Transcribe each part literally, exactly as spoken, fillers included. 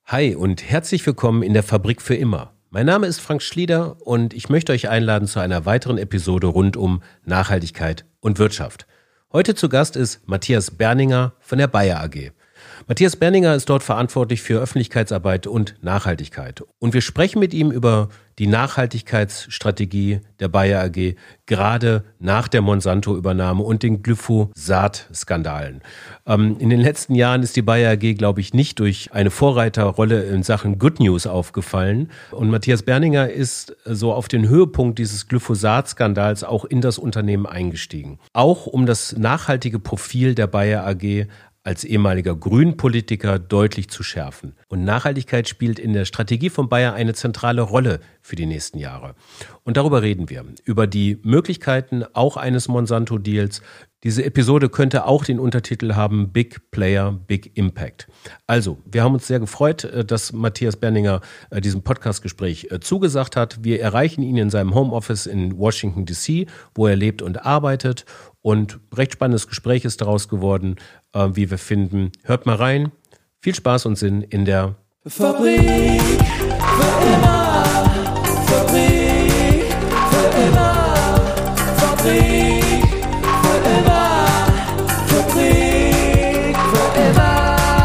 Hi und herzlich willkommen in der Fabrik für immer. Mein Name ist Frank Schlieder und ich möchte euch einladen zu einer weiteren Episode rund um Nachhaltigkeit und Wirtschaft. Heute zu Gast ist Matthias Berninger von der Bayer A G. Matthias Berninger ist dort verantwortlich für Öffentlichkeitsarbeit und Nachhaltigkeit. Und wir sprechen mit ihm über die Nachhaltigkeitsstrategie der Bayer A G, gerade nach der Monsanto-Übernahme und den Glyphosat-Skandalen. Ähm, in den letzten Jahren ist die Bayer A G, glaube ich, nicht durch eine Vorreiterrolle in Sachen Good News aufgefallen. Und Matthias Berninger ist so auf den Höhepunkt dieses Glyphosat-Skandals auch in das Unternehmen eingestiegen. Auch um das nachhaltige Profil der Bayer A G als ehemaliger Grünpolitiker deutlich zu schärfen. Und Nachhaltigkeit spielt in der Strategie von Bayer eine zentrale Rolle für die nächsten Jahre. Und darüber reden wir. Über die Möglichkeiten auch eines Monsanto-Deals. Diese Episode könnte auch den Untertitel haben, Big Player, Big Impact. Also, wir haben uns sehr gefreut, dass Matthias Berninger diesem Podcastgespräch zugesagt hat. Wir erreichen ihn in seinem Homeoffice in Washington D C, wo er lebt und arbeitet. Und recht spannendes Gespräch ist daraus geworden, wie wir finden. Hört mal rein. Viel Spaß und Sinn in der Fabrik für immer. Fabrik für immer. Fabrik für immer. Fabrik für immer.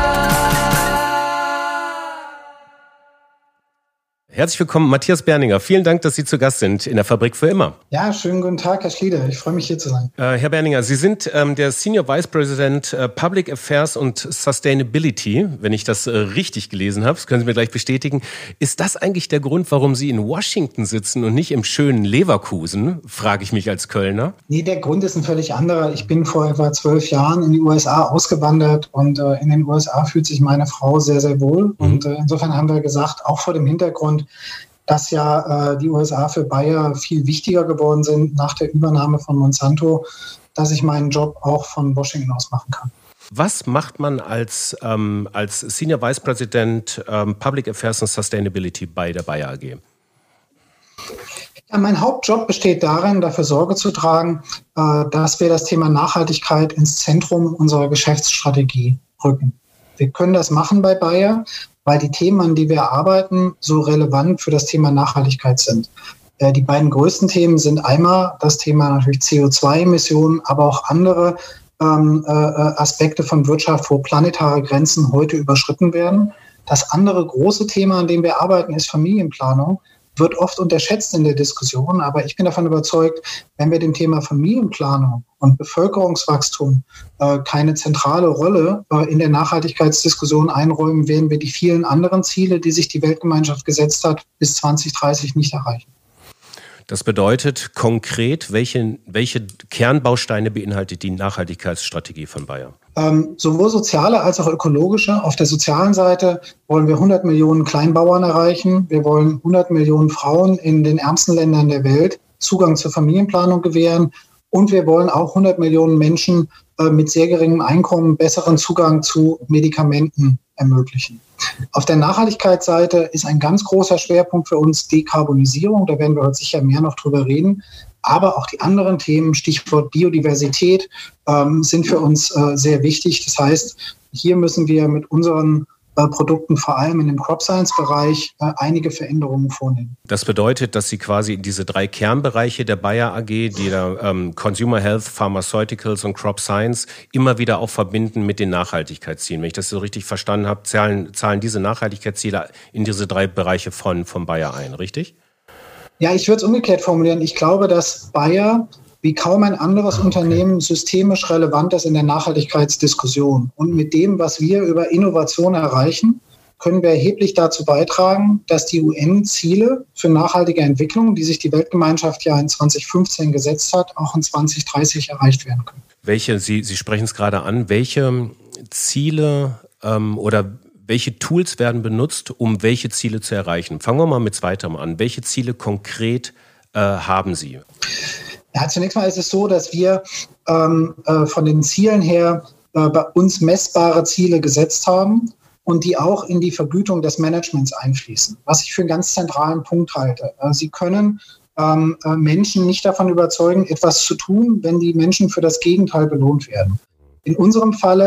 Herzlich willkommen, Matthias Berninger. Vielen Dank, dass Sie zu Gast sind in der Fabrik für immer. Ja, schönen guten Tag, Herr Schlieder. Ich freue mich, hier zu sein. Äh, Herr Berninger, Sie sind ähm, der Senior Vice President äh, Public Affairs und Sustainability, wenn ich das äh, richtig gelesen habe. Das können Sie mir gleich bestätigen. Ist das eigentlich der Grund, warum Sie in Washington sitzen und nicht im schönen Leverkusen, frage ich mich als Kölner? Nee, der Grund ist ein völlig anderer. Ich bin vor etwa zwölf Jahren in die U S A ausgewandert und äh, in den U S A fühlt sich meine Frau sehr, sehr wohl. Mhm. Und äh, insofern haben wir gesagt, auch vor dem Hintergrund, dass ja äh, die U S A für Bayer viel wichtiger geworden sind nach der Übernahme von Monsanto, dass ich meinen Job auch von Washington aus machen kann. Was macht man als, ähm, als Senior Vice President ähm, Public Affairs and Sustainability bei der Bayer A G? Ja, mein Hauptjob besteht darin, dafür Sorge zu tragen, äh, dass wir das Thema Nachhaltigkeit ins Zentrum unserer Geschäftsstrategie rücken. Wir können das machen bei Bayer, weil die Themen, an die wir arbeiten, so relevant für das Thema Nachhaltigkeit sind. Äh, die beiden größten Themen sind einmal das Thema natürlich C O zwei Emissionen, aber auch andere ähm, äh, Aspekte von Wirtschaft, wo planetare Grenzen heute überschritten werden. Das andere große Thema, an dem wir arbeiten, ist Familienplanung. Wird oft unterschätzt in der Diskussion, aber ich bin davon überzeugt, wenn wir dem Thema Familienplanung und Bevölkerungswachstum äh, keine zentrale Rolle äh, in der Nachhaltigkeitsdiskussion einräumen, werden wir die vielen anderen Ziele, die sich die Weltgemeinschaft gesetzt hat, bis zwanzig dreißig nicht erreichen. Das bedeutet konkret, welche, welche Kernbausteine beinhaltet die Nachhaltigkeitsstrategie von Bayer? Ähm, sowohl soziale als auch ökologische. Auf der sozialen Seite wollen wir hundert Millionen Kleinbauern erreichen. Wir wollen hundert Millionen Frauen in den ärmsten Ländern der Welt Zugang zur Familienplanung gewähren. Und wir wollen auch hundert Millionen Menschen äh, mit sehr geringem Einkommen besseren Zugang zu Medikamenten ermöglichen. Auf der Nachhaltigkeitsseite ist ein ganz großer Schwerpunkt für uns Dekarbonisierung. Da werden wir heute sicher mehr noch drüber reden. Aber auch die anderen Themen, Stichwort Biodiversität, ähm, sind für uns äh, sehr wichtig. Das heißt, hier müssen wir mit unseren äh, Produkten vor allem in dem Crop Science-Bereich äh, einige Veränderungen vornehmen. Das bedeutet, dass Sie quasi in diese drei Kernbereiche der Bayer A G, die da ähm, Consumer Health, Pharmaceuticals und Crop Science, immer wieder auch verbinden mit den Nachhaltigkeitszielen. Wenn ich das so richtig verstanden habe, zahlen, zahlen diese Nachhaltigkeitsziele in diese drei Bereiche von, von Bayer ein, richtig? Ja, ich würde es umgekehrt formulieren. Ich glaube, dass Bayer wie kaum ein anderes okay. Unternehmen systemisch relevant ist in der Nachhaltigkeitsdiskussion. Und mit dem, was wir über Innovation erreichen, können wir erheblich dazu beitragen, dass die U N-Ziele für nachhaltige Entwicklung, die sich die Weltgemeinschaft ja in zwanzig fünfzehn gesetzt hat, auch in zwanzig dreißig erreicht werden können. Welche, Sie, Sie sprechen es gerade an, welche Ziele ähm, oder welche Tools werden benutzt, um welche Ziele zu erreichen? Fangen wir mal mit zweiterem an. Welche Ziele konkret äh, haben Sie? Ja, zunächst mal ist es so, dass wir ähm, äh, von den Zielen her äh, bei uns messbare Ziele gesetzt haben und die auch in die Vergütung des Managements einfließen, was ich für einen ganz zentralen Punkt halte. Äh, Sie können ähm, äh, Menschen nicht davon überzeugen, etwas zu tun, wenn die Menschen für das Gegenteil belohnt werden. In unserem Falle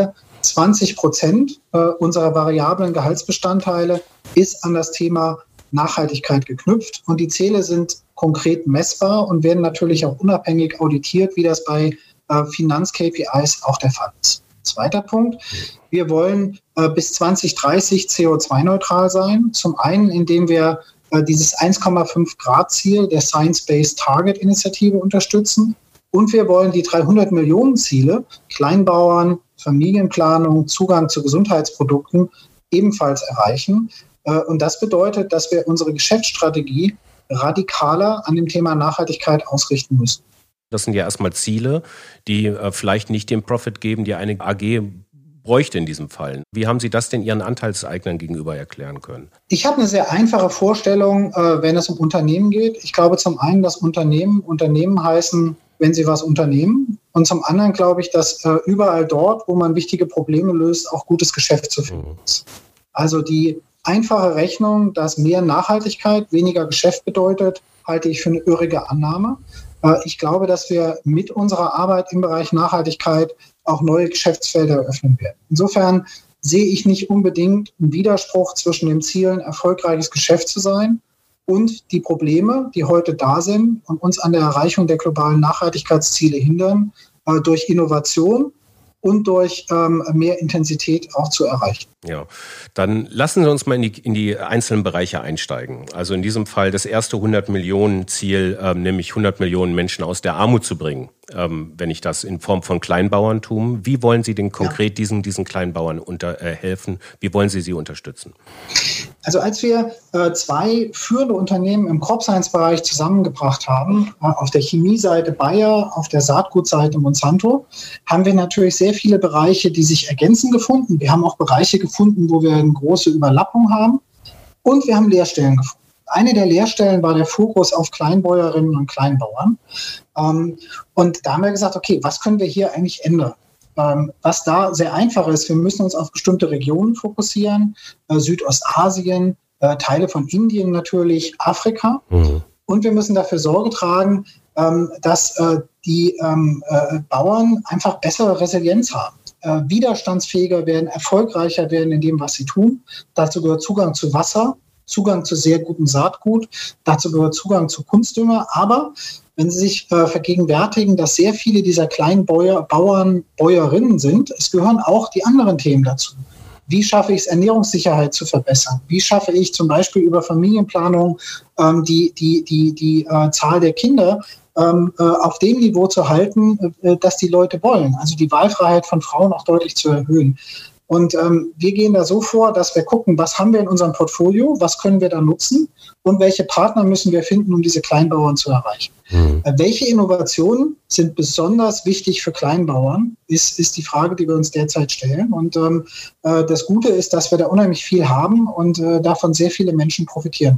zwanzig Prozent äh, unserer variablen Gehaltsbestandteile ist an das Thema Nachhaltigkeit geknüpft und die Ziele sind konkret messbar und werden natürlich auch unabhängig auditiert, wie das bei äh, Finanz-K P Is auch der Fall ist. Zweiter Punkt, wir wollen äh, bis zwanzig dreißig C O zwei neutral sein. Zum einen, indem wir äh, dieses eins Komma fünf Grad Ziel der Science-Based Target Initiative unterstützen und wir wollen die dreihundert Millionen Ziele, Kleinbauern, Familienplanung, Zugang zu Gesundheitsprodukten ebenfalls erreichen. Und das bedeutet, dass wir unsere Geschäftsstrategie radikaler an dem Thema Nachhaltigkeit ausrichten müssen. Das sind ja erstmal Ziele, die äh, vielleicht nicht den Profit geben, die eine A G bräuchte in diesem Fall. Wie haben Sie das denn Ihren Anteilseignern gegenüber erklären können? Ich habe eine sehr einfache Vorstellung, äh, wenn es um Unternehmen geht. Ich glaube zum einen, dass Unternehmen Unternehmen heißen, wenn sie was unternehmen. Und zum anderen glaube ich, dass äh, überall dort, wo man wichtige Probleme löst, auch gutes Geschäft zu finden ist. Also die einfache Rechnung, dass mehr Nachhaltigkeit weniger Geschäft bedeutet, halte ich für eine irrige Annahme. Ich glaube, dass wir mit unserer Arbeit im Bereich Nachhaltigkeit auch neue Geschäftsfelder eröffnen werden. Insofern sehe ich nicht unbedingt einen Widerspruch zwischen dem Ziel, ein erfolgreiches Geschäft zu sein und die Probleme, die heute da sind und uns an der Erreichung der globalen Nachhaltigkeitsziele hindern, durch Innovation und durch ähm, mehr Intensität auch zu erreichen. Ja, dann lassen Sie uns mal in die, in die einzelnen Bereiche einsteigen. Also in diesem Fall das erste hundert Millionen Ziel, ähm, nämlich hundert Millionen Menschen aus der Armut zu bringen, ähm, wenn ich das in Form von Kleinbauerntum. Wie wollen Sie denn konkret ja. diesen, diesen Kleinbauern unter, äh, helfen? Wie wollen Sie sie unterstützen? Also als wir äh, zwei führende Unternehmen im Crop Science-Bereich zusammengebracht haben, äh, auf der Chemieseite Bayer, auf der Saatgutseite Monsanto, haben wir natürlich sehr viele Bereiche, die sich ergänzen, gefunden. Wir haben auch Bereiche gefunden, wo wir eine große Überlappung haben und wir haben Leerstellen gefunden. Eine der Leerstellen war der Fokus auf Kleinbäuerinnen und Kleinbauern. Ähm, und da haben wir gesagt, okay, was können wir hier eigentlich ändern? Ähm, was da sehr einfach ist, wir müssen uns auf bestimmte Regionen fokussieren, äh, Südostasien, äh, Teile von Indien natürlich, Afrika. Mhm. Und wir müssen dafür Sorge tragen, ähm, dass äh, die ähm, äh, Bauern einfach bessere Resilienz haben, äh, widerstandsfähiger werden, erfolgreicher werden in dem, was sie tun. Dazu gehört Zugang zu Wasser, Zugang zu sehr gutem Saatgut, dazu gehört Zugang zu Kunstdünger, aber wenn Sie sich äh, vergegenwärtigen, dass sehr viele dieser kleinen Bäuer, Bauern, Bäuerinnen sind, es gehören auch die anderen Themen dazu. Wie schaffe ich es, Ernährungssicherheit zu verbessern? Wie schaffe ich zum Beispiel über Familienplanung ähm, die, die, die, die äh, Zahl der Kinder ähm, äh, auf dem Niveau zu halten, äh, dass die Leute wollen? Also die Wahlfreiheit von Frauen auch deutlich zu erhöhen. Und ähm, wir gehen da so vor, dass wir gucken, was haben wir in unserem Portfolio, was können wir da nutzen und welche Partner müssen wir finden, um diese Kleinbauern zu erreichen. Mhm. Äh, welche Innovationen sind besonders wichtig für Kleinbauern, ist, ist die Frage, die wir uns derzeit stellen. Und ähm, äh, das Gute ist, dass wir da unheimlich viel haben und äh, davon sehr viele Menschen profitieren.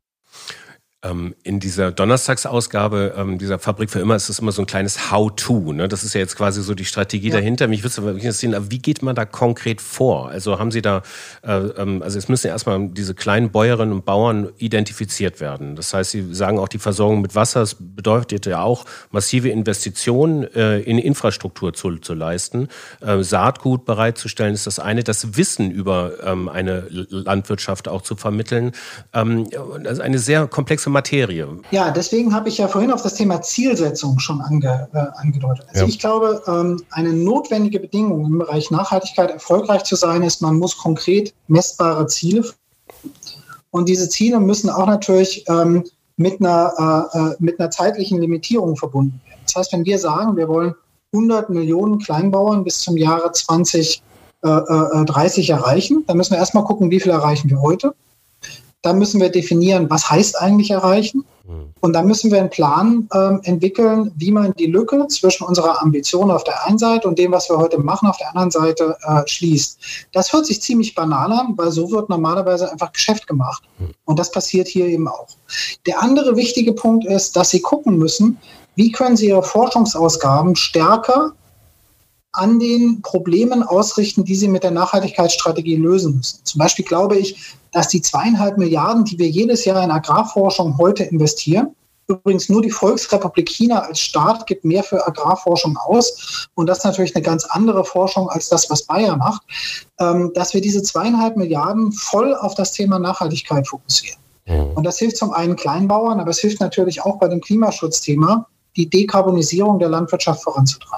In dieser Donnerstagsausgabe ähm, dieser Fabrik für immer ist es immer so ein kleines How-to. Ne? Das ist ja jetzt quasi so die Strategie ja. dahinter. Mich würde es interessieren, wie geht man da konkret vor? Also haben Sie da, äh, ähm, also es müssen ja erstmal diese kleinen Bäuerinnen und Bauern identifiziert werden. Das heißt, Sie sagen auch die Versorgung mit Wasser, das bedeutet ja auch massive Investitionen äh, in Infrastruktur zu, zu leisten. Äh, Saatgut bereitzustellen ist das eine, das Wissen über ähm, eine Landwirtschaft auch zu vermitteln. Ähm, das ist eine sehr komplexe Materie. Ja, deswegen habe ich ja vorhin auf das Thema Zielsetzung schon ange, äh, angedeutet. Also ja. ich glaube, ähm, eine notwendige Bedingung im Bereich Nachhaltigkeit erfolgreich zu sein, ist, man muss konkret messbare Ziele. Und diese Ziele müssen auch natürlich ähm, mit, einer, äh, mit einer zeitlichen Limitierung verbunden werden. Das heißt, wenn wir sagen, wir wollen hundert Millionen Kleinbauern bis zum Jahre zwanzig dreißig erreichen, dann müssen wir erstmal gucken, wie viel erreichen wir heute. Dann müssen wir definieren, was heißt eigentlich erreichen. Und dann müssen wir einen Plan ähm, entwickeln, wie man die Lücke zwischen unserer Ambition auf der einen Seite und dem, was wir heute machen, auf der anderen Seite äh, schließt. Das hört sich ziemlich banal an, weil so wird normalerweise einfach Geschäft gemacht. Und das passiert hier eben auch. Der andere wichtige Punkt ist, dass Sie gucken müssen, wie können Sie Ihre Forschungsausgaben stärker an den Problemen ausrichten, die Sie mit der Nachhaltigkeitsstrategie lösen müssen. Zum Beispiel glaube ich, dass die zweieinhalb Milliarden, die wir jedes Jahr in Agrarforschung heute investieren, Übrigens nur die Volksrepublik China als Staat gibt mehr für Agrarforschung aus. Und das ist natürlich eine ganz andere Forschung als das, was Bayer macht, ähm, dass wir diese zweieinhalb Milliarden voll auf das Thema Nachhaltigkeit fokussieren. Und das hilft zum einen Kleinbauern, aber es hilft natürlich auch bei dem Klimaschutzthema, die Dekarbonisierung der Landwirtschaft voranzutreiben.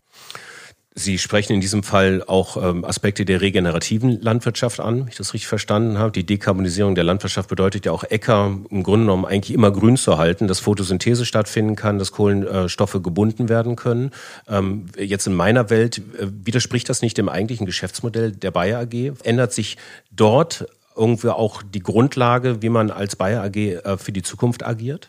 Sie sprechen in diesem Fall auch ähm, Aspekte der regenerativen Landwirtschaft an, wenn ich das richtig verstanden habe. Die Dekarbonisierung der Landwirtschaft bedeutet ja auch, Äcker im Grunde genommen eigentlich immer grün zu halten, dass Photosynthese stattfinden kann, dass Kohlenstoffe gebunden werden können. Ähm, jetzt in meiner Welt äh, widerspricht das nicht dem eigentlichen Geschäftsmodell der Bayer A G? Ändert sich dort irgendwie auch die Grundlage, wie man als Bayer A G äh, für die Zukunft agiert?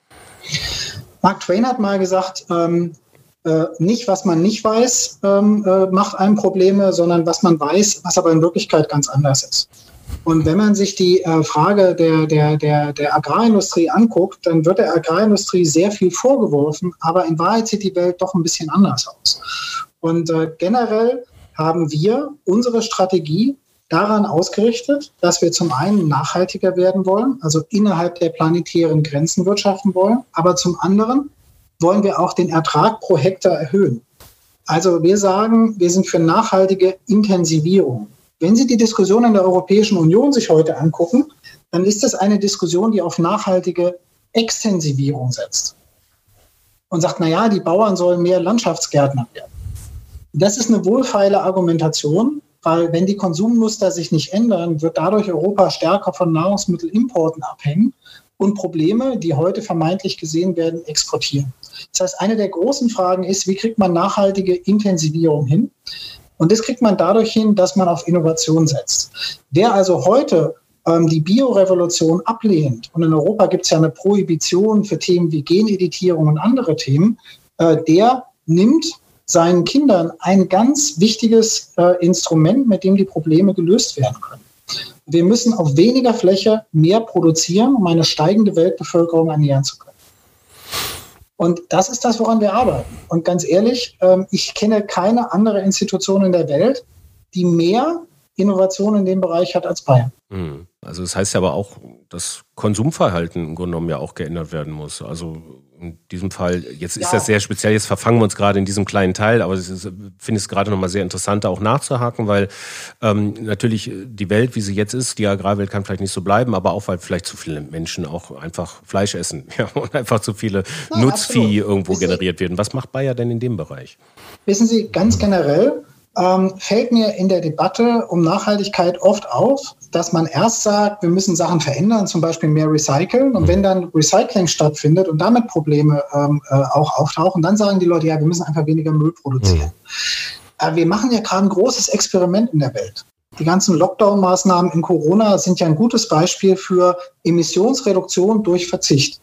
Mark Twain hat mal gesagt, ähm, Äh, nicht, was man nicht weiß, ähm, äh, macht einem Probleme, sondern was man weiß, was aber in Wirklichkeit ganz anders ist. Und wenn man sich die äh, Frage der, der, der, der Agrarindustrie anguckt, dann wird der Agrarindustrie sehr viel vorgeworfen, aber in Wahrheit sieht die Welt doch ein bisschen anders aus. Und äh, generell haben wir unsere Strategie daran ausgerichtet, dass wir zum einen nachhaltiger werden wollen, also innerhalb der planetären Grenzen wirtschaften wollen, aber zum anderen wollen wir auch den Ertrag pro Hektar erhöhen. Also wir sagen, wir sind für nachhaltige Intensivierung. Wenn Sie die Diskussion in der Europäischen Union sich heute angucken, dann ist das eine Diskussion, die auf nachhaltige Extensivierung setzt. Und sagt, naja, die Bauern sollen mehr Landschaftsgärtner werden. Das ist eine wohlfeile Argumentation, weil wenn die Konsummuster sich nicht ändern, wird dadurch Europa stärker von Nahrungsmittelimporten abhängen und Probleme, die heute vermeintlich gesehen werden, exportieren. Das heißt, eine der großen Fragen ist, wie kriegt man nachhaltige Intensivierung hin? Und das kriegt man dadurch hin, dass man auf Innovation setzt. Wer also heute ähm, die Biorevolution ablehnt, und in Europa gibt es ja eine Prohibition für Themen wie Geneditierung und andere Themen, äh, der nimmt seinen Kindern ein ganz wichtiges äh, Instrument, mit dem die Probleme gelöst werden können. Wir müssen auf weniger Fläche mehr produzieren, um eine steigende Weltbevölkerung ernähren zu können. Und das ist das, woran wir arbeiten. Und ganz ehrlich, ich kenne keine andere Institution in der Welt, die mehr Innovation in dem Bereich hat als Bayern. Also das heißt ja aber auch, dass Konsumverhalten im Grunde genommen ja auch geändert werden muss. Also in diesem Fall, jetzt ist ja. das sehr speziell, jetzt verfangen wir uns gerade in diesem kleinen Teil, aber ich finde es gerade nochmal sehr interessant, da auch nachzuhaken, weil ähm, natürlich die Welt, wie sie jetzt ist, die Agrarwelt kann vielleicht nicht so bleiben, aber auch, weil vielleicht zu viele Menschen auch einfach Fleisch essen, ja, und einfach zu viele ja, Nutzvieh absolut. irgendwo wissen generiert werden. Was macht Bayer denn in dem Bereich? Wissen Sie, ganz generell ähm, fällt mir in der Debatte um Nachhaltigkeit oft auf, dass man erst sagt, wir müssen Sachen verändern, zum Beispiel mehr recyceln. Und wenn dann Recycling stattfindet und damit Probleme ähm, äh, auch auftauchen, dann sagen die Leute, ja, wir müssen einfach weniger Müll produzieren. Mhm. Äh, wir machen ja gerade ein großes Experiment in der Welt. Die ganzen Lockdown-Maßnahmen in Corona sind ja ein gutes Beispiel für Emissionsreduktion durch Verzicht.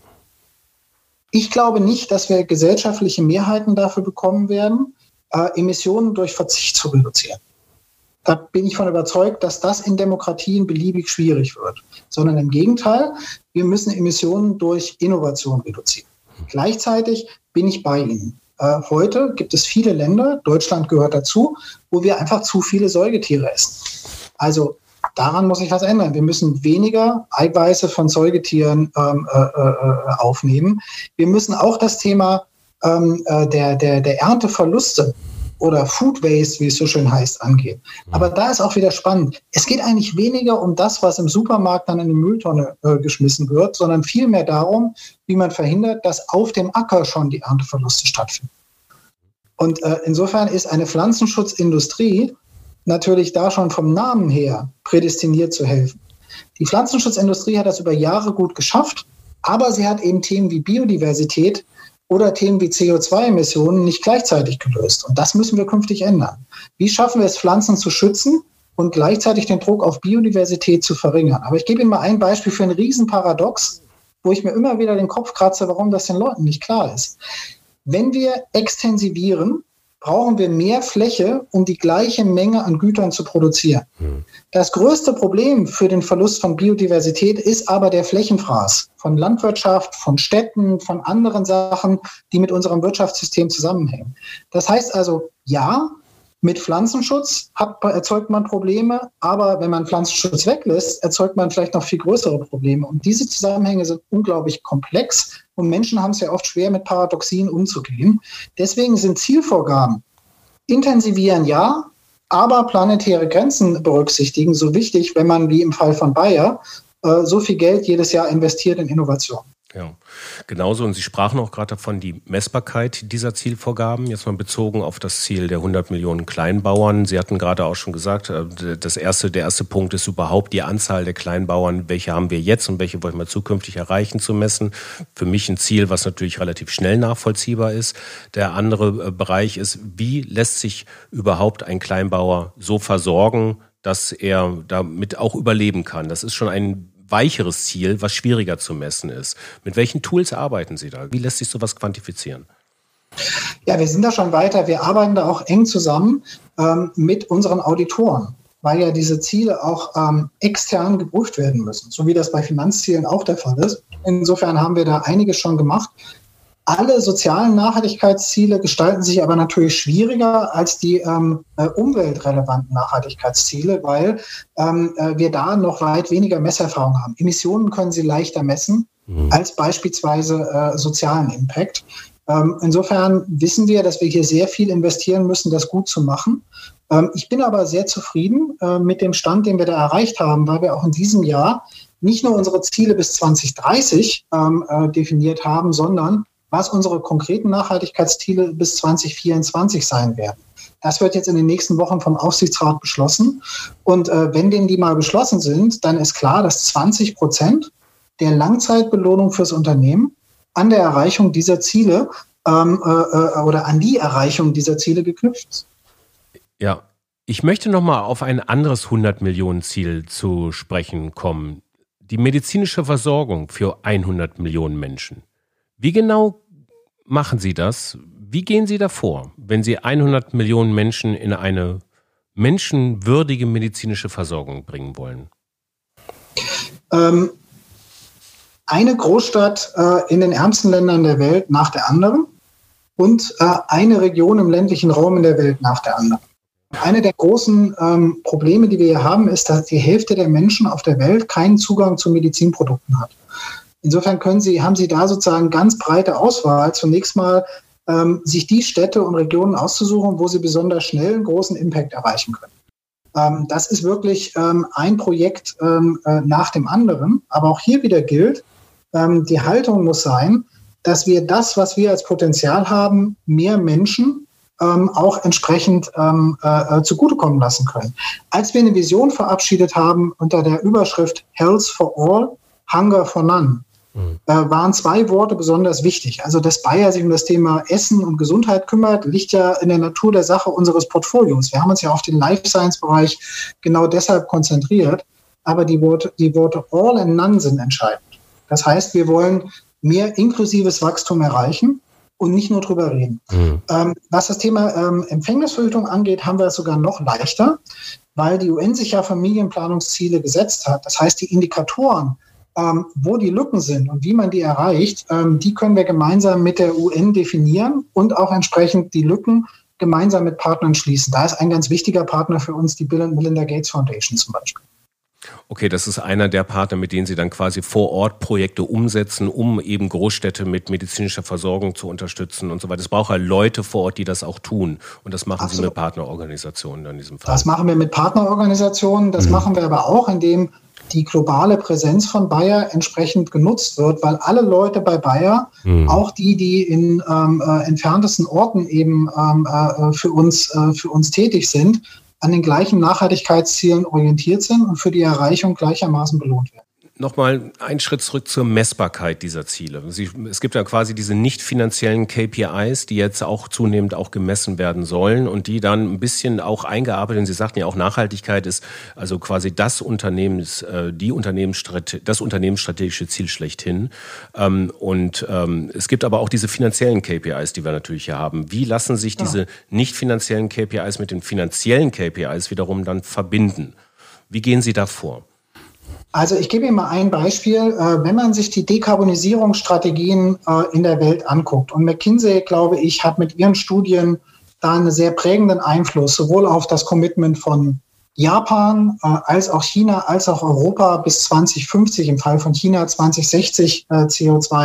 Ich glaube nicht, dass wir gesellschaftliche Mehrheiten dafür bekommen werden, äh, Emissionen durch Verzicht zu reduzieren. Da bin ich von überzeugt, dass das in Demokratien beliebig schwierig wird. Sondern im Gegenteil, wir müssen Emissionen durch Innovation reduzieren. Gleichzeitig bin ich bei Ihnen. Äh, heute gibt es viele Länder, Deutschland gehört dazu, wo wir einfach zu viele Säugetiere essen. Also daran muss sich was ändern. Wir müssen weniger Eiweiße von Säugetieren ähm, äh, äh, aufnehmen. Wir müssen auch das Thema ähm, äh, der, der, der Ernteverluste oder Food Waste, wie es so schön heißt, angehen. Aber da ist auch wieder spannend. Es geht eigentlich weniger um das, was im Supermarkt dann in die Mülltonne äh, geschmissen wird, sondern vielmehr darum, wie man verhindert, dass auf dem Acker schon die Ernteverluste stattfinden. Und äh, insofern ist eine Pflanzenschutzindustrie natürlich da schon vom Namen her prädestiniert zu helfen. Die Pflanzenschutzindustrie hat das über Jahre gut geschafft, aber sie hat eben Themen wie Biodiversität oder Themen wie C O zwei Emissionen nicht gleichzeitig gelöst. Und das müssen wir künftig ändern. Wie schaffen wir es, Pflanzen zu schützen und gleichzeitig den Druck auf Biodiversität zu verringern? Aber ich gebe Ihnen mal ein Beispiel für ein Riesenparadox, wo ich mir immer wieder den Kopf kratze, warum das den Leuten nicht klar ist. Wenn wir extensivieren, brauchen wir mehr Fläche, um die gleiche Menge an Gütern zu produzieren. Das größte Problem für den Verlust von Biodiversität ist aber der Flächenfraß von Landwirtschaft, von Städten, von anderen Sachen, die mit unserem Wirtschaftssystem zusammenhängen. Das heißt also, ja, mit Pflanzenschutz hat, erzeugt man Probleme, aber wenn man Pflanzenschutz weglässt, erzeugt man vielleicht noch viel größere Probleme. Und diese Zusammenhänge sind unglaublich komplex, und Menschen haben es ja oft schwer, mit Paradoxien umzugehen. Deswegen sind Zielvorgaben intensivieren ja, aber planetäre Grenzen berücksichtigen so wichtig, wenn man wie im Fall von Bayer äh, so viel Geld jedes Jahr investiert in Innovation. Ja, genauso. Und Sie sprachen auch gerade davon, die Messbarkeit dieser Zielvorgaben, jetzt mal bezogen auf das Ziel der hundert Millionen Kleinbauern. Sie hatten gerade auch schon gesagt, das erste, der erste Punkt ist überhaupt die Anzahl der Kleinbauern. Welche haben wir jetzt und welche wollen wir zukünftig erreichen, zu messen? Für mich ein Ziel, was natürlich relativ schnell nachvollziehbar ist. Der andere Bereich ist, wie lässt sich überhaupt ein Kleinbauer so versorgen, dass er damit auch überleben kann? Das ist schon ein weicheres Ziel, was schwieriger zu messen ist. Mit welchen Tools arbeiten Sie da? Wie lässt sich sowas quantifizieren? Ja, wir sind da schon weiter. Wir arbeiten da auch eng zusammen ähm, mit unseren Auditoren, weil ja diese Ziele auch ähm, extern geprüft werden müssen, so wie das bei Finanzzielen auch der Fall ist. Insofern haben wir da einiges schon gemacht. Alle sozialen Nachhaltigkeitsziele gestalten sich aber natürlich schwieriger als die ähm, äh, umweltrelevanten Nachhaltigkeitsziele, weil ähm, äh, wir da noch weit weniger Messerfahrung haben. Emissionen können Sie leichter messen mhm. als beispielsweise äh, sozialen Impact. Ähm, insofern wissen wir, dass wir hier sehr viel investieren müssen, das gut zu machen. Ähm, ich bin aber sehr zufrieden äh, mit dem Stand, den wir da erreicht haben, weil wir auch in diesem Jahr nicht nur unsere Ziele bis zwanzig dreißig ähm, äh, definiert haben, sondern was unsere konkreten Nachhaltigkeitsziele bis zwanzig vierundzwanzig sein werden. Das wird jetzt in den nächsten Wochen vom Aufsichtsrat beschlossen. Und äh, wenn denn die mal beschlossen sind, dann ist klar, dass zwanzig Prozent der Langzeitbelohnung fürs Unternehmen an der Erreichung dieser Ziele ähm, äh, oder an die Erreichung dieser Ziele geknüpft ist. Ja, ich möchte nochmal auf ein anderes hundert Millionen Ziel zu sprechen kommen. Die medizinische Versorgung für hundert Millionen Menschen. Wie genau machen Sie das? Wie gehen Sie davor, wenn Sie hundert Millionen Menschen in eine menschenwürdige medizinische Versorgung bringen wollen? Ähm, eine Großstadt äh, in den ärmsten Ländern der Welt nach der anderen und äh, eine Region im ländlichen Raum in der Welt nach der anderen. Eine der großen ähm, Probleme, die wir hier haben, ist, dass die Hälfte der Menschen auf der Welt keinen Zugang zu Medizinprodukten hat. Insofern können Sie, haben Sie da sozusagen ganz breite Auswahl, zunächst mal ähm, sich die Städte und Regionen auszusuchen, wo Sie besonders schnell einen großen Impact erreichen können. Ähm, das ist wirklich ähm, ein Projekt ähm, äh, nach dem anderen. Aber auch hier wieder gilt, ähm, die Haltung muss sein, dass wir das, was wir als Potenzial haben, mehr Menschen ähm, auch entsprechend ähm, äh, zugutekommen lassen können. Als wir eine Vision verabschiedet haben unter der Überschrift Health for All, Hunger for None, Mhm. Äh, waren zwei Worte besonders wichtig. Also, dass Bayer sich um das Thema Essen und Gesundheit kümmert, liegt ja in der Natur der Sache unseres Portfolios. Wir haben uns ja auf den Life-Science-Bereich genau deshalb konzentriert. Aber die Worte, die Worte All and None sind entscheidend. Das heißt, wir wollen mehr inklusives Wachstum erreichen und nicht nur drüber reden. Mhm. Ähm, was das Thema ähm, Empfängnisverhütung angeht, haben wir es sogar noch leichter, weil die U N sich ja Familienplanungsziele gesetzt hat. Das heißt, die Indikatoren, Ähm, wo die Lücken sind und wie man die erreicht, ähm, die können wir gemeinsam mit der U N definieren und auch entsprechend die Lücken gemeinsam mit Partnern schließen. Da ist ein ganz wichtiger Partner für uns die Bill und Melinda Gates Foundation zum Beispiel. Okay, das ist einer der Partner, mit denen Sie dann quasi vor Ort Projekte umsetzen, um eben Großstädte mit medizinischer Versorgung zu unterstützen und so weiter. Es braucht halt Leute vor Ort, die das auch tun. Und das machen Absolut. Sie mit Partnerorganisationen in diesem Fall. Das machen wir mit Partnerorganisationen. Das mhm. machen wir aber auch, indem die globale Präsenz von Bayer entsprechend genutzt wird, weil alle Leute bei Bayer, mhm. auch die, die in ähm, äh, entferntesten Orten eben ähm, äh, für uns, äh, für uns tätig sind, an den gleichen Nachhaltigkeitszielen orientiert sind und für die Erreichung gleichermaßen belohnt werden. Nochmal einen Schritt zurück zur Messbarkeit dieser Ziele. Sie, es gibt ja quasi diese nicht finanziellen K P Is, die jetzt auch zunehmend auch gemessen werden sollen und die dann ein bisschen auch eingearbeitet sind. Sie sagten ja auch, Nachhaltigkeit ist also quasi das Unternehmens, äh, die Unternehmensstrate- das unternehmensstrategische Ziel schlechthin. Ähm, und ähm, es gibt aber auch diese finanziellen K P Is, die wir natürlich hier haben. Wie lassen sich ja. diese nicht finanziellen K P Is mit den finanziellen K P Is wiederum dann verbinden? Wie gehen Sie da vor? Also ich gebe Ihnen mal ein Beispiel. Wenn man sich die Dekarbonisierungsstrategien in der Welt anguckt, und McKinsey, glaube ich, hat mit ihren Studien da einen sehr prägenden Einfluss, sowohl auf das Commitment von Japan als auch China, als auch Europa bis zwanzig fünfzig, im Fall von China zwanzig sechzig C O zwei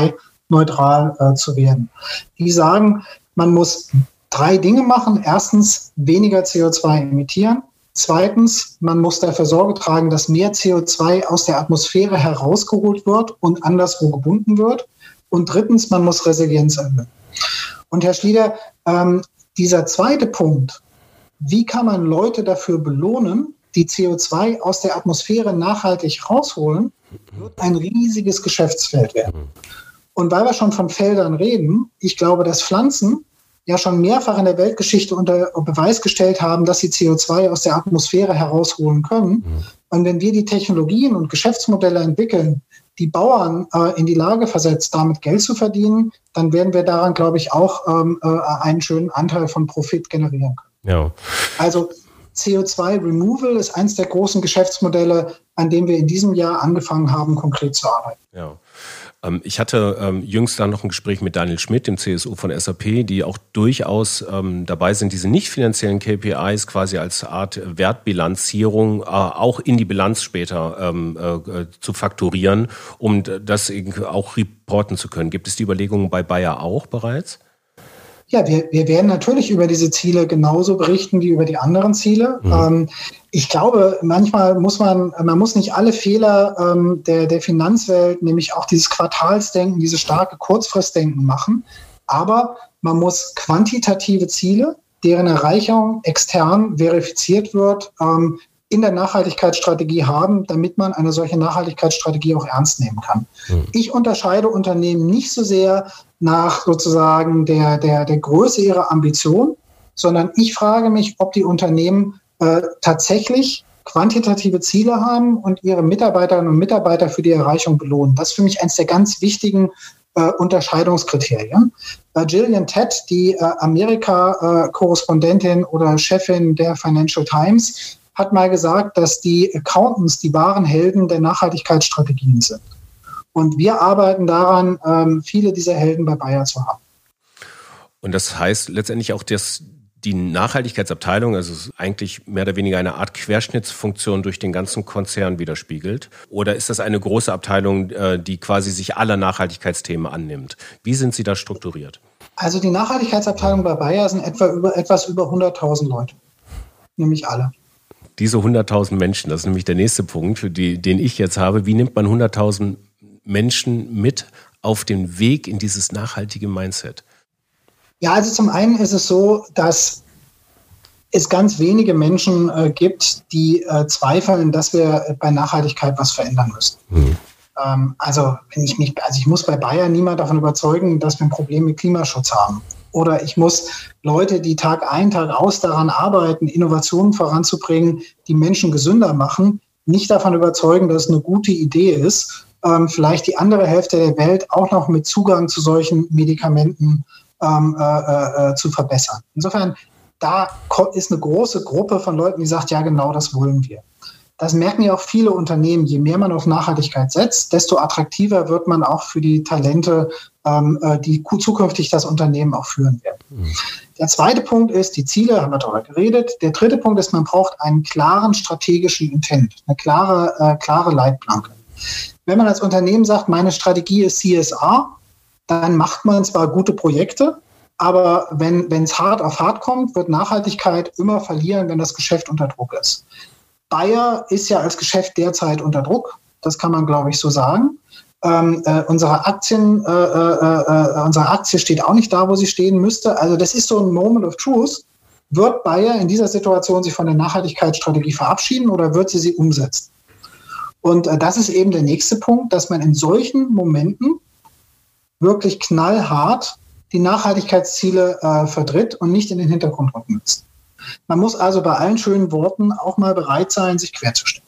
neutral äh, zu werden. Die sagen, man muss drei Dinge machen. Erstens, weniger C O zwei emittieren. Zweitens, man muss dafür Sorge tragen, dass mehr C O zwei aus der Atmosphäre herausgeholt wird und anderswo gebunden wird. Und drittens, man muss Resilienz erhöhen. Und Herr Schlieder, ähm, dieser zweite Punkt, wie kann man Leute dafür belohnen, die C O zwei aus der Atmosphäre nachhaltig rausholen, wird ein riesiges Geschäftsfeld werden. Und weil wir schon von Feldern reden, ich glaube, dass Pflanzen ja schon mehrfach in der Weltgeschichte unter Beweis gestellt haben, dass sie C O zwei aus der Atmosphäre herausholen können. Und wenn wir die Technologien und Geschäftsmodelle entwickeln, die Bauern äh, in die Lage versetzt, damit Geld zu verdienen, dann werden wir daran, glaube ich, auch ähm, äh, einen schönen Anteil von Profit generieren können. Ja. Also C O zwei Removal ist eines der großen Geschäftsmodelle, an dem wir in diesem Jahr angefangen haben, konkret zu arbeiten. Ja. Ähm, ich hatte ähm, jüngst dann noch ein Gespräch mit Daniel Schmidt, dem C S O von S A P, die auch durchaus ähm, dabei sind, diese nicht finanziellen K P Is quasi als Art Wertbilanzierung äh, auch in die Bilanz später ähm, äh, zu fakturieren, um das auch reporten zu können. Gibt es die Überlegungen bei Bayer auch bereits? Ja, wir, wir werden natürlich über diese Ziele genauso berichten wie über die anderen Ziele. Mhm. Ähm, ich glaube, manchmal muss man, man muss nicht alle Fehler ähm, der, der Finanzwelt, nämlich auch dieses Quartalsdenken, dieses starke Kurzfristdenken machen. Aber man muss quantitative Ziele, deren Erreichung extern verifiziert wird, ähm, in der Nachhaltigkeitsstrategie haben, damit man eine solche Nachhaltigkeitsstrategie auch ernst nehmen kann. Mhm. Ich unterscheide Unternehmen nicht so sehr nach sozusagen der, der, der Größe ihrer Ambition, sondern ich frage mich, ob die Unternehmen äh, tatsächlich quantitative Ziele haben und ihre Mitarbeiterinnen und Mitarbeiter für die Erreichung belohnen. Das ist für mich eines der ganz wichtigen äh, Unterscheidungskriterien. Äh, Gillian Tett, die äh, Amerika-Korrespondentin äh, oder Chefin der Financial Times, hat mal gesagt, dass die Accountants die wahren Helden der Nachhaltigkeitsstrategien sind. Und wir arbeiten daran, ähm, viele dieser Helden bei Bayer zu haben. Und das heißt letztendlich auch, dass die Nachhaltigkeitsabteilung, also es ist eigentlich mehr oder weniger eine Art Querschnittsfunktion durch den ganzen Konzern widerspiegelt? Oder ist das eine große Abteilung, die quasi sich aller Nachhaltigkeitsthemen annimmt? Wie sind Sie da strukturiert? Also die Nachhaltigkeitsabteilung bei Bayer sind etwa über, etwas über hunderttausend Leute, nämlich alle. Diese hunderttausend Menschen, das ist nämlich der nächste Punkt, für die, den ich jetzt habe. Wie nimmt man hunderttausend Menschen mit auf den Weg in dieses nachhaltige Mindset? Ja, also zum einen ist es so, dass es ganz wenige Menschen äh, gibt, die äh, zweifeln, dass wir bei Nachhaltigkeit was verändern müssen. Hm. Ähm, also wenn ich mich, also ich muss bei Bayer niemand davon überzeugen, dass wir ein Problem mit Klimaschutz haben. Oder ich muss Leute, die Tag ein, Tag aus daran arbeiten, Innovationen voranzubringen, die Menschen gesünder machen, nicht davon überzeugen, dass es eine gute Idee ist, ähm, vielleicht die andere Hälfte der Welt auch noch mit Zugang zu solchen Medikamenten ähm, äh, äh, zu verbessern. Insofern, da ist eine große Gruppe von Leuten, die sagt, ja genau, das wollen wir. Das merken ja auch viele Unternehmen. Je mehr man auf Nachhaltigkeit setzt, desto attraktiver wird man auch für die Talente, ähm, die zukünftig das Unternehmen auch führen werden. Mhm. Der zweite Punkt ist, die Ziele, haben wir darüber geredet. Der dritte Punkt ist, man braucht einen klaren strategischen Intent, eine klare, äh, klare Leitplanke. Wenn man als Unternehmen sagt, meine Strategie ist C S R, dann macht man zwar gute Projekte, aber wenn es hart auf hart kommt, wird Nachhaltigkeit immer verlieren, wenn das Geschäft unter Druck ist. Bayer ist ja als Geschäft derzeit unter Druck, das kann man, glaube ich, so sagen. Ähm, äh, unsere Aktien, äh, äh, äh, unsere Aktie steht auch nicht da, wo sie stehen müsste. Also das ist so ein Moment of Truth. Wird Bayer in dieser Situation sich von der Nachhaltigkeitsstrategie verabschieden oder wird sie sie umsetzen? Und äh, das ist eben der nächste Punkt, dass man in solchen Momenten wirklich knallhart die Nachhaltigkeitsziele äh, vertritt und nicht in den Hintergrund rücken lässt. Man muss also bei allen schönen Worten auch mal bereit sein, sich querzustellen.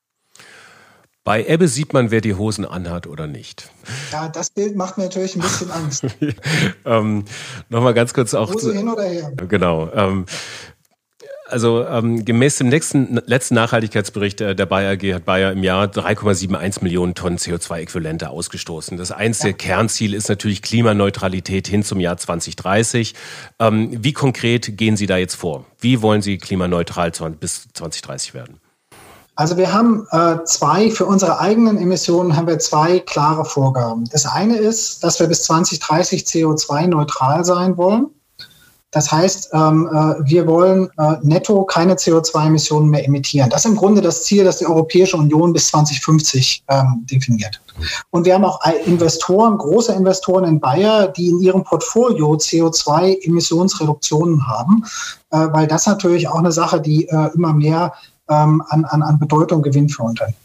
Bei Ebbe sieht man, wer die Hosen anhat oder nicht. Ja, das Bild macht mir natürlich ein bisschen Angst. ähm, Nochmal ganz kurz auch. Hose hin oder her? Genau. Ähm, also ähm, gemäß dem nächsten, letzten Nachhaltigkeitsbericht der, der Bayer A G hat Bayer im Jahr drei Komma einundsiebzig Millionen Tonnen C O zwei Äquivalente ausgestoßen. Das einzige ja. Kernziel ist natürlich Klimaneutralität hin zum Jahr zwanzig dreißig. Ähm, wie konkret gehen Sie da jetzt vor? Wie wollen Sie klimaneutral bis zwanzig dreißig werden? Also wir haben äh, zwei, für unsere eigenen Emissionen haben wir zwei klare Vorgaben. Das eine ist, dass wir bis zwanzig dreißig C O zwei neutral sein wollen. Das heißt, ähm, äh, wir wollen äh, netto keine C O zwei Emissionen mehr emittieren. Das ist im Grunde das Ziel, das die Europäische Union bis zwanzig fünfzig ähm, definiert. Und wir haben auch Investoren, große Investoren in Bayer, die in ihrem Portfolio C O zwei Emissionsreduktionen haben, äh, weil das natürlich auch eine Sache, die äh, immer mehr ähm, an, an, an Bedeutung gewinnt für Unternehmen.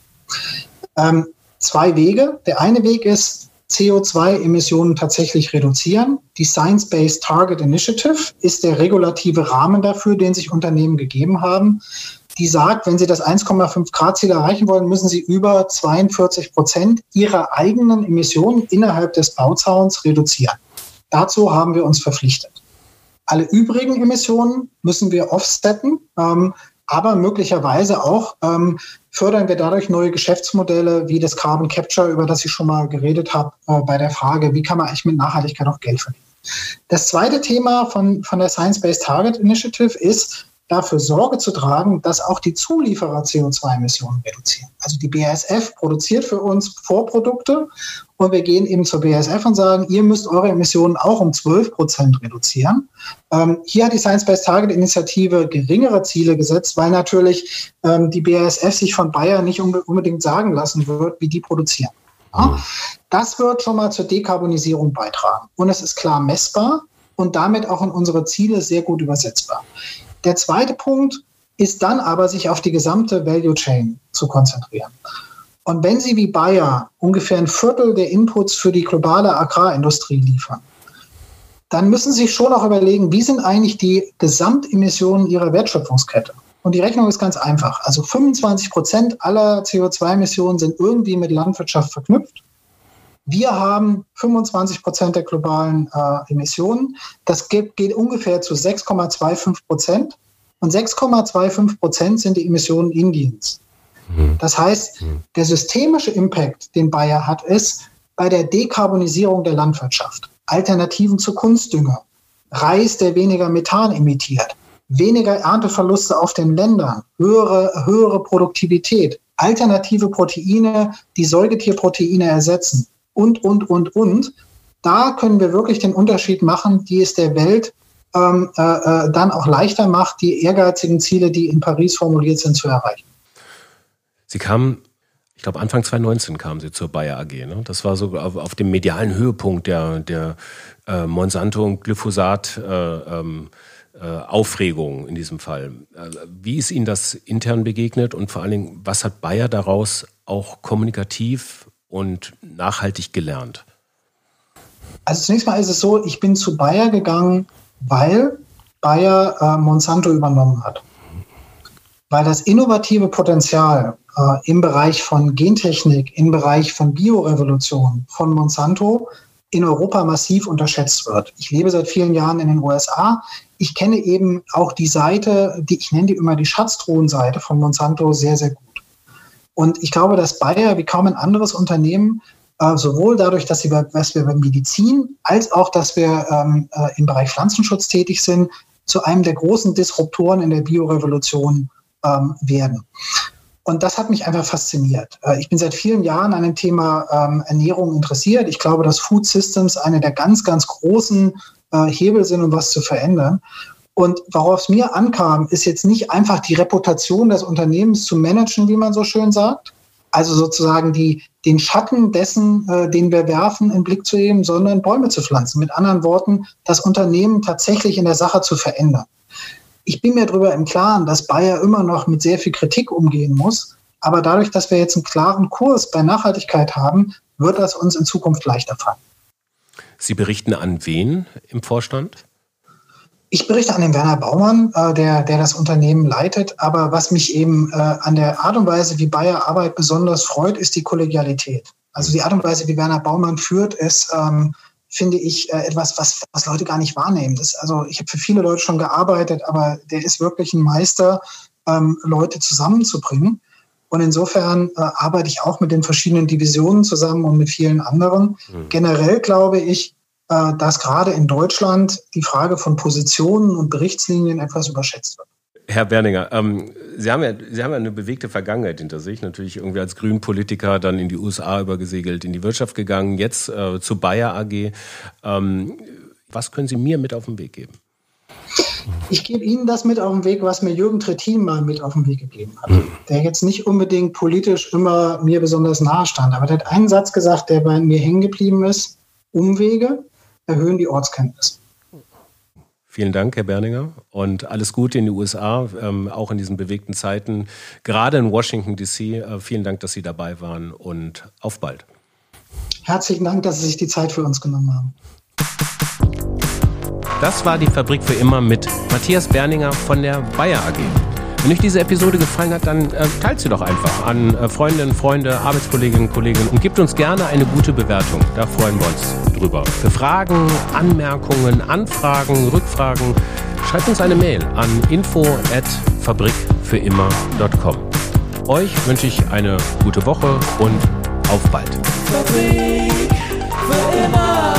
Ähm, zwei Wege. Der eine Weg ist, C O zwei Emissionen tatsächlich reduzieren. Die Science-Based Target Initiative ist der regulative Rahmen dafür, den sich Unternehmen gegeben haben. Die sagt, wenn sie das eins Komma fünf Grad Ziel erreichen wollen, müssen sie über zweiundvierzig Prozent ihrer eigenen Emissionen innerhalb des Bauzauns reduzieren. Dazu haben wir uns verpflichtet. Alle übrigen Emissionen müssen wir offsetten, ähm, aber möglicherweise auch ähm, fördern wir dadurch neue Geschäftsmodelle wie das Carbon Capture, über das ich schon mal geredet habe, äh, bei der Frage, wie kann man eigentlich mit Nachhaltigkeit auch Geld verdienen. Das zweite Thema von, von der Science-Based Target Initiative ist, dafür Sorge zu tragen, dass auch die Zulieferer C O zwei Emissionen reduzieren. Also die B A S F produziert für uns Vorprodukte und wir gehen eben zur B A S F und sagen, ihr müsst eure Emissionen auch um zwölf Prozent reduzieren. Ähm, hier hat die Science-Based Target Initiative geringere Ziele gesetzt, weil natürlich ähm, die B A S F sich von Bayer nicht unbedingt sagen lassen wird, wie die produzieren. Ja? Das wird schon mal zur Dekarbonisierung beitragen. Und es ist klar messbar und damit auch in unsere Ziele sehr gut übersetzbar. Der zweite Punkt ist dann aber, sich auf die gesamte Value Chain zu konzentrieren. Und wenn Sie wie Bayer ungefähr ein Viertel der Inputs für die globale Agrarindustrie liefern, dann müssen Sie sich schon auch überlegen, wie sind eigentlich die Gesamtemissionen Ihrer Wertschöpfungskette? Und die Rechnung ist ganz einfach. Also fünfundzwanzig Prozent aller C O zwei Emissionen sind irgendwie mit Landwirtschaft verknüpft. Wir haben fünfundzwanzig Prozent der globalen äh, Emissionen. Das geht, geht ungefähr zu sechs Komma fünfundzwanzig Prozent. Und sechs Komma fünfundzwanzig Prozent sind die Emissionen Indiens. Mhm. Das heißt, der systemische Impact, den Bayer hat, ist bei der Dekarbonisierung der Landwirtschaft. Alternativen zu Kunstdünger. Reis, der weniger Methan emittiert. Weniger Ernteverluste auf den Ländern. Höhere, höhere Produktivität. Alternative Proteine, die Säugetierproteine ersetzen. Und, und, und, und. Da können wir wirklich den Unterschied machen, die es der Welt ähm, äh, dann auch leichter macht, die ehrgeizigen Ziele, die in Paris formuliert sind, zu erreichen. Sie kamen, ich glaube Anfang zwanzig neunzehn kamen Sie zur Bayer A G. Ne? Das war so auf, auf dem medialen Höhepunkt der, der äh, Monsanto- und Glyphosat äh, ähm, äh, Aufregung in diesem Fall. Äh, wie ist Ihnen das intern begegnet und vor allen Dingen, was hat Bayer daraus auch kommunikativ und nachhaltig gelernt? Also zunächst mal ist es so, ich bin zu Bayer gegangen, weil Bayer äh, Monsanto übernommen hat. Weil das innovative Potenzial äh, im Bereich von Gentechnik, im Bereich von Biorevolution von Monsanto in Europa massiv unterschätzt wird. Ich lebe seit vielen Jahren in den U S A. Ich kenne eben auch die Seite, die ich nenne die immer die Schatztruhenseite von Monsanto sehr, sehr gut. Und ich glaube, dass Bayer wie kaum ein anderes Unternehmen, äh, sowohl dadurch, dass, sie bei, dass wir bei Medizin, als auch, dass wir ähm, äh, im Bereich Pflanzenschutz tätig sind, zu einem der großen Disruptoren in der Biorevolution ähm, werden. Und das hat mich einfach fasziniert. Äh, ich bin seit vielen Jahren an dem Thema ähm, Ernährung interessiert. Ich glaube, dass Food Systems eine der ganz, ganz großen äh, Hebel sind, um was zu verändern. Und worauf es mir ankam, ist jetzt nicht einfach die Reputation des Unternehmens zu managen, wie man so schön sagt. Also sozusagen die, den Schatten dessen, äh, den wir werfen, in den Blick zu nehmen, sondern Bäume zu pflanzen. Mit anderen Worten, das Unternehmen tatsächlich in der Sache zu verändern. Ich bin mir darüber im Klaren, dass Bayer immer noch mit sehr viel Kritik umgehen muss. Aber dadurch, dass wir jetzt einen klaren Kurs bei Nachhaltigkeit haben, wird das uns in Zukunft leichter fallen. Sie berichten an wen im Vorstand? Ich berichte an den Werner Baumann, äh, der, der das Unternehmen leitet. Aber was mich eben äh, an der Art und Weise, wie Bayer Arbeit besonders freut, ist die Kollegialität. Also die Art und Weise, wie Werner Baumann führt, ist, ähm, finde ich, äh, etwas, was, was Leute gar nicht wahrnehmen. Das, also ich habe für viele Leute schon gearbeitet, aber der ist wirklich ein Meister, ähm, Leute zusammenzubringen. Und insofern äh, arbeite ich auch mit den verschiedenen Divisionen zusammen und mit vielen anderen. Mhm. Generell glaube ich, dass gerade in Deutschland die Frage von Positionen und Berichtslinien etwas überschätzt wird. Herr Berninger, ähm, Sie haben ja, Sie haben ja eine bewegte Vergangenheit hinter sich. Natürlich irgendwie als Grünen-Politiker dann in die U S A übergesegelt, in die Wirtschaft gegangen, jetzt äh, zu Bayer A G. Ähm, was können Sie mir mit auf den Weg geben? Ich gebe Ihnen das mit auf den Weg, was mir Jürgen Trittin mal mit auf den Weg gegeben hat. Mhm. Der jetzt nicht unbedingt politisch immer mir besonders nahe stand, aber der hat einen Satz gesagt, der bei mir hängen geblieben ist: Umwege erhöhen die Ortskenntnis. Vielen Dank, Herr Berninger, und alles Gute in die U S A, ähm, auch in diesen bewegten Zeiten, gerade in Washington D C. Äh, vielen Dank, dass Sie dabei waren und auf bald. Herzlichen Dank, dass Sie sich die Zeit für uns genommen haben. Das war die Fabrik für immer mit Matthias Berninger von der Bayer A G. Wenn euch diese Episode gefallen hat, dann äh, teilt sie doch einfach an äh, Freundinnen, Freunde, Arbeitskolleginnen, Kollegen und gebt uns gerne eine gute Bewertung. Da freuen wir uns drüber. Für Fragen, Anmerkungen, Anfragen, Rückfragen, schreibt uns eine Mail an info at fabrik für immer punkt com. Euch wünsche ich eine gute Woche und auf bald. Fabrik für immer.